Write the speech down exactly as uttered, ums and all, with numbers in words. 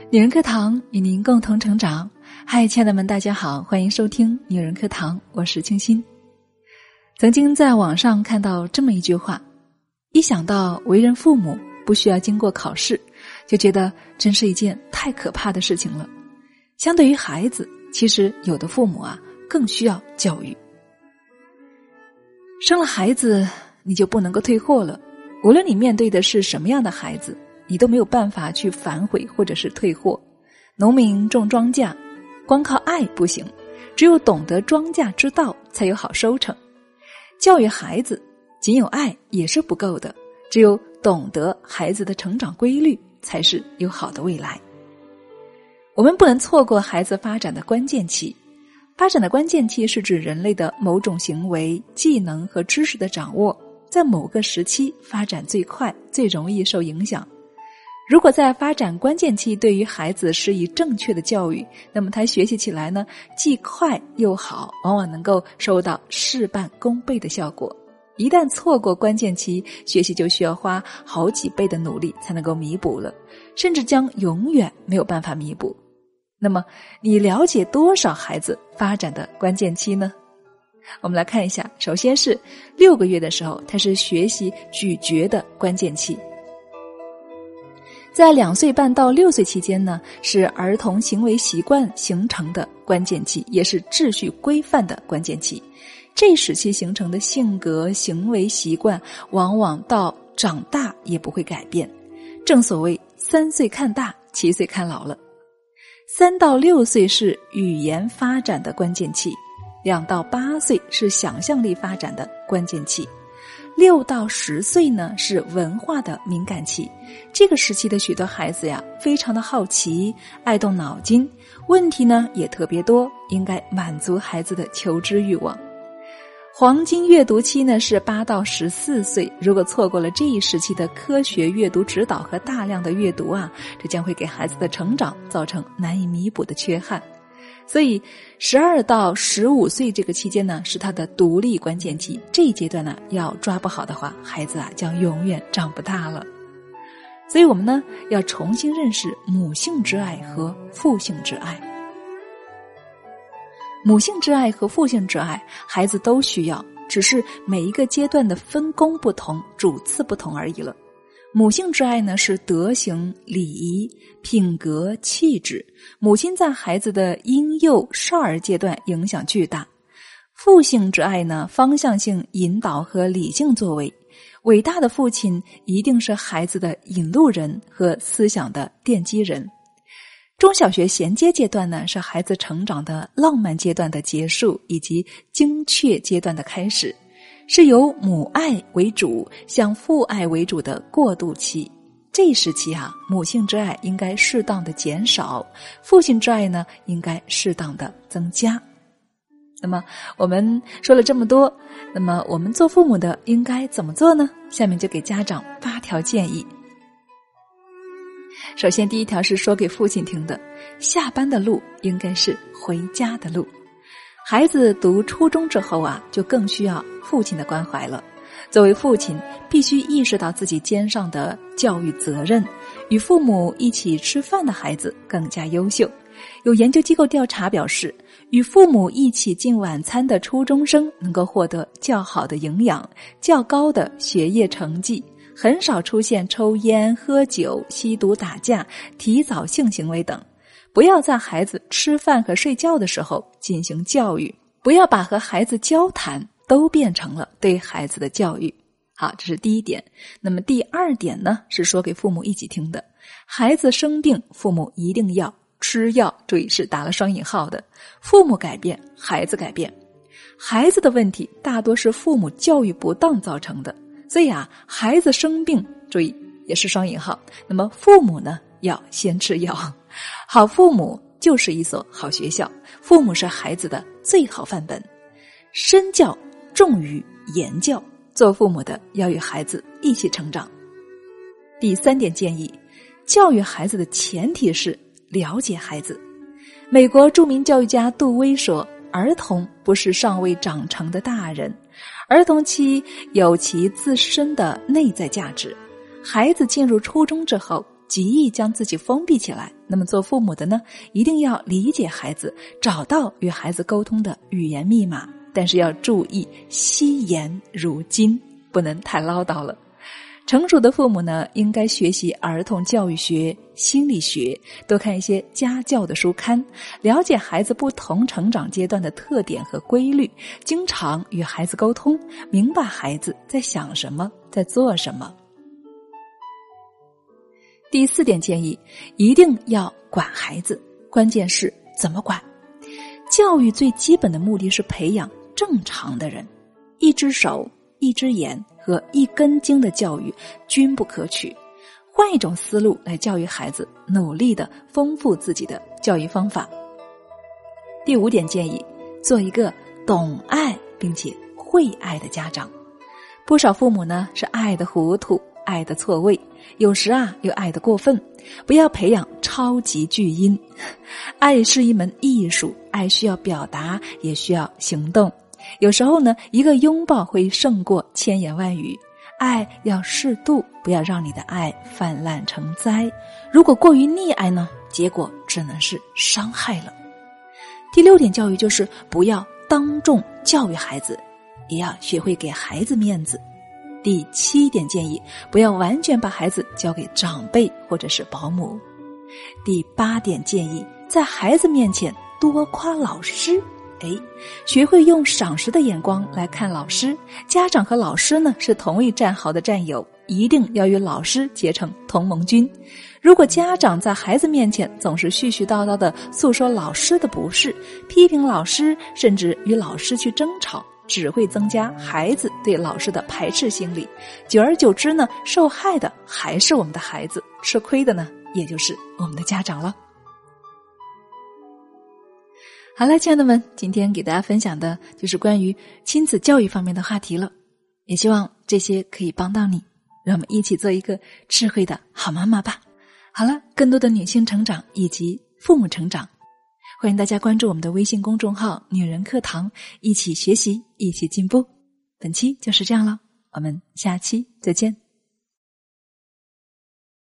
女人课堂与您共同成长。嗨，亲爱的们，大家好，欢迎收听女人课堂，我是清新。曾经在网上看到这么一句话，一想到为人父母不需要经过考试，就觉得真是一件太可怕的事情了。相对于孩子，其实有的父母啊更需要教育。生了孩子你就不能够退货了，无论你面对的是什么样的孩子，你都没有办法去反悔或者是退货。农民种庄稼，光靠爱不行，只有懂得庄稼之道才有好收成。教育孩子仅有爱也是不够的，只有懂得孩子的成长规律才是有好的未来。我们不能错过孩子发展的关键期。发展的关键期是指人类的某种行为、技能和知识的掌握在某个时期发展最快，最容易受影响。如果在发展关键期对于孩子施以正确的教育，那么他学习起来呢，既快又好，往往能够收到事半功倍的效果。一旦错过关键期，学习就需要花好几倍的努力才能够弥补了，甚至将永远没有办法弥补。那么你了解多少孩子发展的关键期呢？我们来看一下，首先是六个月的时候，它是学习咀嚼的关键期。在两岁半到六岁期间呢，是儿童行为习惯形成的关键期，也是秩序规范的关键期。这时期形成的性格、行为习惯，往往到长大也不会改变。正所谓三岁看大，七岁看老了。三到六岁是语言发展的关键期，两到八岁是想象力发展的关键期，六到十岁呢是文化的敏感期。这个时期的许多孩子呀，非常的好奇，爱动脑筋，问题呢也特别多，应该满足孩子的求知欲望。黄金阅读期呢是八到十四岁，如果错过了这一时期的科学阅读指导和大量的阅读啊，这将会给孩子的成长造成难以弥补的缺憾。所以十二到十五岁这个期间呢，是他的独立关键期。这一阶段呢，要抓不好的话，孩子啊将永远长不大了。所以我们呢，要重新认识母性之爱和父性之爱。母性之爱和父性之爱，孩子都需要，只是每一个阶段的分工不同，主次不同而已了。母性之爱呢，是德行、礼仪、品格、气质。母亲在孩子的婴幼少儿阶段影响巨大。父性之爱呢，方向性引导和理性作为。伟大的父亲一定是孩子的引路人和思想的奠基人。中小学衔接阶段呢，是孩子成长的浪漫阶段的结束，以及精确阶段的开始，是由母爱为主向父爱为主的过渡期。这一时期啊，母性之爱应该适当的减少，父性之爱呢应该适当的增加。那么我们说了这么多，那么我们做父母的应该怎么做呢？下面就给家长八条建议。首先第一条是说给父亲听的，下班的路应该是回家的路。孩子读初中之后啊，就更需要父亲的关怀了。作为父亲，必须意识到自己肩上的教育责任，与父母一起吃饭的孩子更加优秀。有研究机构调查表示，与父母一起进晚餐的初中生能够获得较好的营养、较高的学业成绩，很少出现抽烟、喝酒、吸毒、打架、提早性行为等。不要在孩子吃饭和睡觉的时候进行教育，不要把和孩子交谈都变成了对孩子的教育。好，这是第一点。那么第二点呢，是说给父母一起听的。孩子生病，父母一定要吃药，注意是打了双引号的。父母改变，孩子改变。孩子的问题大多是父母教育不当造成的，所以啊，孩子生病，注意也是双引号。那么父母呢，要先吃药。好父母就是一所好学校，父母是孩子的最好范本。身教重于言教，做父母的要与孩子一起成长。第三点建议，教育孩子的前提是了解孩子。美国著名教育家杜威说，儿童不是尚未长成的大人，儿童期有其自身的内在价值。孩子进入初中之后， 极易将自己封闭起来。那么做父母的呢，一定要理解孩子，找到与孩子沟通的语言密码，但是要注意惜言如金，不能太唠叨了。成熟的父母呢，应该学习儿童教育学、心理学，多看一些家教的书刊，了解孩子不同成长阶段的特点和规律，经常与孩子沟通，明白孩子在想什么，在做什么。第四点建议，一定要管孩子，关键是怎么管。教育最基本的目的是培养正常的人，一只手、一只眼和一根筋的教育均不可取。换一种思路来教育孩子，努力地丰富自己的教育方法。第五点建议，做一个懂爱并且会爱的家长。不少父母呢是爱的糊涂，爱的错位，有时啊又爱得过分，不要培养超级巨婴。爱是一门艺术，爱需要表达，也需要行动。有时候呢，一个拥抱会胜过千言万语。爱要适度，不要让你的爱泛滥成灾。如果过于溺爱呢，结果只能是伤害了。第六点教育就是不要当众教育孩子，也要学会给孩子面子。第七点建议，不要完全把孩子交给长辈或者是保姆。第八点建议，在孩子面前多夸老师。哎，学会用赏识的眼光来看老师。家长和老师呢是同一战壕的战友，一定要与老师结成同盟军。如果家长在孩子面前总是絮絮叨叨地诉说老师的不是，批评老师，甚至与老师去争吵，只会增加孩子对老师的排斥心理。久而久之呢，受害的还是我们的孩子，吃亏的呢也就是我们的家长了。好了，亲爱的们，今天给大家分享的就是关于亲子教育方面的话题了，也希望这些可以帮到你，让我们一起做一个智慧的好妈妈吧。好了，更多的女性成长以及父母成长，欢迎大家关注我们的微信公众号女人课堂，一起学习，一起进步。本期就是这样了，我们下期再见。